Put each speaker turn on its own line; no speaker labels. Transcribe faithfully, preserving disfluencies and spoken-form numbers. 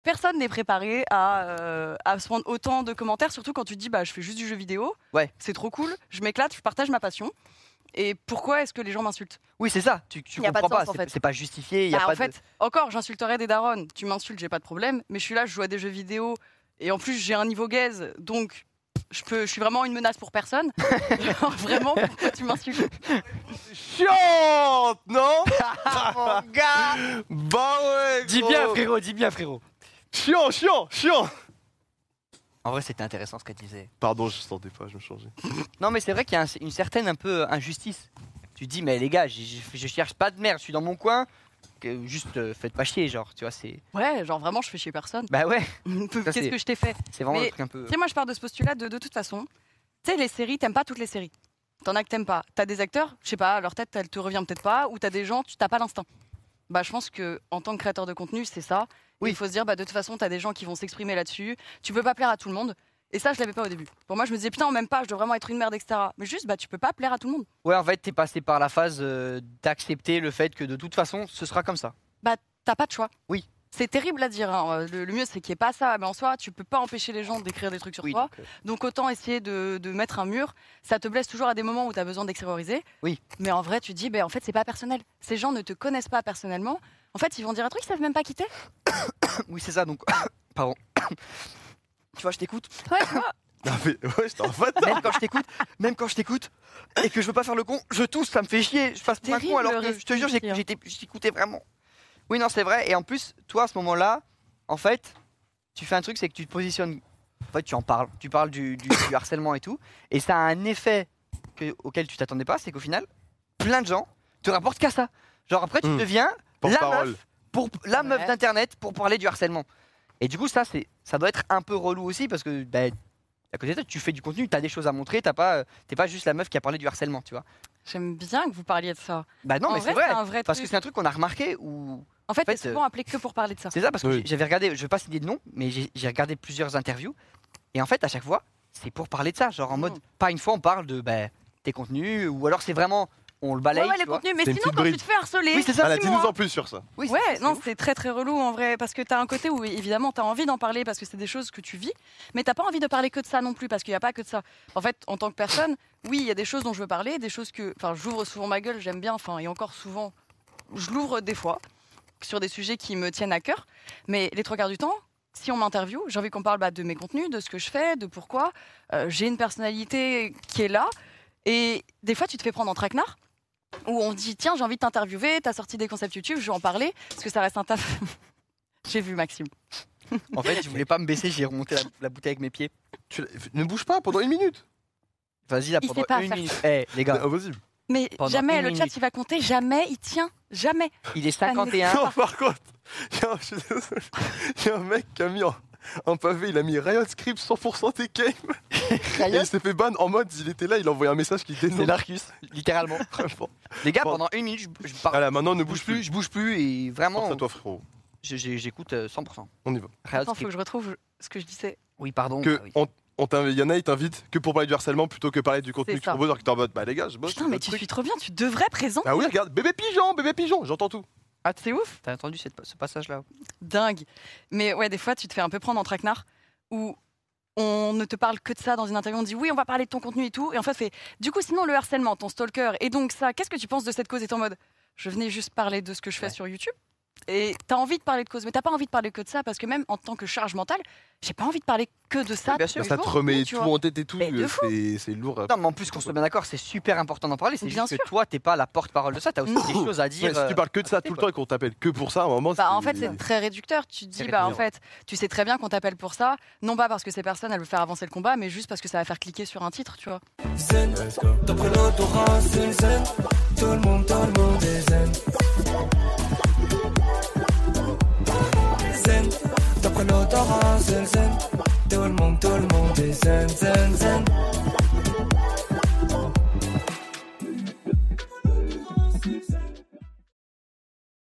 personne n'est préparé à, euh, à se prendre autant de commentaires, surtout quand tu te dis bah, je fais juste du jeu vidéo,
ouais.
c'est trop cool, je m'éclate, je partage ma passion. Et pourquoi est-ce que les gens m'insultent ?
Oui, c'est ça, tu, tu comprends pas, pas.
Sens,
c'est,
en fait.
c'est pas justifié. Y a
bah,
pas
en fait,
de...
encore, j'insulterais des darons, tu m'insultes, j'ai pas de problème, mais je suis là, je joue à des jeux vidéo, et en plus j'ai un niveau gaze, donc je, peux, je suis vraiment une menace pour personne. Genre, vraiment, pourquoi tu m'insultes ?
Chiante, non?
Mon gars.
Bah ouais,
dis bien frérot, dis bien frérot.
Chiant, chiant, chiant.
En vrai, c'était intéressant ce qu'elle disait.
Pardon, je sentais pas, je me changeais.
Non, mais c'est vrai qu'il y a un, une certaine un peu injustice. Tu te dis, mais les gars, je, je, je cherche pas de merde, je suis dans mon coin. Que juste, euh, faites pas chier, genre, tu vois, c'est.
Ouais, genre vraiment, je fais chier personne.
Bah ouais.
Qu'est-ce c'est, que je t'ai fait ?
C'est vraiment
mais,
le truc un peu.
Tu sais, moi, je pars de ce postulat de, de toute façon. Tu sais, les séries, t'aimes pas toutes les séries. T'en as que t'aimes pas. T'as des acteurs, je sais pas, leur tête, elle te revient peut-être pas, ou t'as des gens, tu t'as pas l'instinct. Bah, je pense que en tant que créateur de contenu, c'est ça. Oui. Il faut se dire, bah, de toute façon, t'as des gens qui vont s'exprimer là-dessus. Tu peux pas plaire à tout le monde. Et ça, je l'avais pas au début. Pour moi, je me disais, putain, même pas, je dois vraiment être une merde, et cetera. Mais juste, bah, tu peux pas plaire à tout le monde.
Ouais, en fait, t'es passé par la phase euh, d'accepter le fait que de toute façon, ce sera comme ça.
Bah, t'as pas de choix.
Oui.
C'est terrible à dire. Hein. Le, le mieux, c'est qu'il n'y ait pas ça. Mais en soi, tu peux pas empêcher les gens d'écrire des trucs sur
oui,
toi.
Donc, euh...
donc, autant essayer de, de mettre un mur. Ça te blesse toujours à des moments où tu as besoin d'extérioriser.
Oui.
Mais en vrai, tu te dis, bah, en fait, c'est pas personnel. Ces gens ne te connaissent pas personnellement. En fait, ils vont dire un truc, ils savent même pas quitter.
Oui, c'est ça. Donc, pardon. Tu vois, je t'écoute.
Ouais, tu vois.
Non mais ouais, je t'en fais.
Même quand je t'écoute, même quand je t'écoute et que je veux pas faire le con, je tousse, ça me fait chier. Je fasse pas con alors que je te jure, j'ai, j'étais, j'écoutais vraiment. Oui, non, c'est vrai. Et en plus, toi, à ce moment-là, en fait, tu fais un truc, c'est que tu te positionnes. En fait, tu en parles. Tu parles du, du, du harcèlement et tout. Et ça a un effet que, auquel tu t'attendais pas, c'est qu'au final, plein de gens te rapportent qu'à ça. Genre après, tu mmh. deviens la meuf, pour, la meuf ouais. d'internet pour parler du harcèlement. Et du coup, ça, c'est, ça doit être un peu relou aussi parce que. Bah, à côté de toi, tu fais du contenu, tu as des choses à montrer, t'as pas, t'es pas juste la meuf qui a parlé du harcèlement, tu vois.
J'aime bien que vous parliez de ça.
Bah non,
en
mais
vrai,
c'est vrai,
c'est un vrai
parce
truc.
que c'est un truc qu'on a remarqué où...
En fait, en fait t'es souvent euh... appelé que pour parler de ça.
C'est ça, parce que
oui.
j'avais regardé, je vais pas citer de nom, mais j'ai, j'ai regardé plusieurs interviews, et en fait, à chaque fois, c'est pour parler de ça, genre en mmh. mode, pas une fois on parle de bah, tes contenus, ou alors c'est vraiment... On le balaye.
Ouais, ouais, les contenus. Mais c'est sinon, quand bride. tu te fais harceler.
Oui, c'est ça.
Ah, dis-nous en plus sur ça.
Oui, ouais, c'est non, c'est très très relou en vrai. Parce que t'as un côté où évidemment t'as envie d'en parler parce que c'est des choses que tu vis. Mais t'as pas envie de parler que de ça non plus parce qu'il n'y a pas que de ça. En fait, en tant que personne, oui, il y a des choses dont je veux parler, des choses que. Enfin, j'ouvre souvent ma gueule, j'aime bien. Enfin, et encore souvent, je l'ouvre des fois sur des sujets qui me tiennent à cœur. Mais les trois quarts du temps, si on m'interviewe, j'ai envie qu'on parle bah, de mes contenus, de ce que je fais, de pourquoi. Euh, j'ai une personnalité qui est là. Et des fois, tu te fais prendre en traquenard. Où on dit tiens j'ai envie de t'interviewer, t'as sorti des concepts YouTube, je vais en parler parce que ça reste un taf. J'ai vu Maxime.
En fait je voulais pas me baisser, j'ai remonté la, la bouteille avec mes pieds.
Tu ne bouge pas pendant une minute.
Vas-y là
il
pendant
pas
une minute. Eh hey, les gars.
Mais, oh, vas-y.
Mais
pendant
jamais le
minute.
chat il va compter, jamais il tient, jamais.
Il est cinquante et un.
Non par contre, il y, y a un mec qui a mis en... un pavé, il a mis Riot Script cent pour cent T game. Et il s'est fait ban en mode, il était là, il a envoyé un message qui dénonce.
C'est Narcus, littéralement. Les gars,
bon.
pendant une minute, je, je parle.
Voilà, maintenant ne
bouge, bouge plus, plus, je bouge plus et vraiment.
Force à toi, frérot.
Je, je, j'écoute cent pour cent.
On y va.
Riot
Attends, faut que je retrouve ce que je disais.
Oui, pardon.
Que
ah, oui.
on, on t'invite, Yana, il t'invite que pour parler du harcèlement plutôt que parler du contenu que tu proposes. Alors que t'es en mode, bah les gars, je bosse.
Putain, mais tu truc. suis trop bien, tu devrais présenter.
Ah oui, regarde, bébé pigeon, bébé pigeon, j'entends tout.
Ah, c'est ouf.
T'as entendu cette, ce passage-là?
Dingue. Mais ouais, des fois, tu te fais un peu prendre en traquenard où on ne te parle que de ça dans une interview. On dit oui, on va parler de ton contenu et tout. Et en fait, fait du coup, sinon, le harcèlement, ton stalker, et donc ça, qu'est-ce que tu penses de cette cause? Et t'es en mode, je venais juste parler de ce que je fais ouais. sur YouTube. Et t'as envie de parler de cause, mais t'as pas envie de parler que de ça parce que même en tant que charge mentale, j'ai pas envie de parler que de ça.
Oui, bien sûr,
ça te remet tout en tête et tout. C'est, c'est lourd.
Non, mais en plus, qu'on soit bien d'accord, c'est super important d'en parler. C'est
bien
juste
sûr.
que toi, t'es pas la porte-parole de ça. T'as aussi des choses à dire.
Ouais, si tu parles que de ça tout le temps et qu'on t'appelle que pour ça, à un moment.
Bah, en fait, c'est très réducteur. Tu te dis, bah, en fait, tu sais très bien qu'on t'appelle pour ça, non pas parce que ces personnes elles veulent faire avancer le combat, mais juste parce que ça va faire cliquer sur un titre, tu vois.
Zen, d'après l'autorat, c'est zen. Tout le monde, tout le monde est zen. Zen, d'après l'autorat, c'est zen. Tout le monde, tout le monde est zen, zen, zen.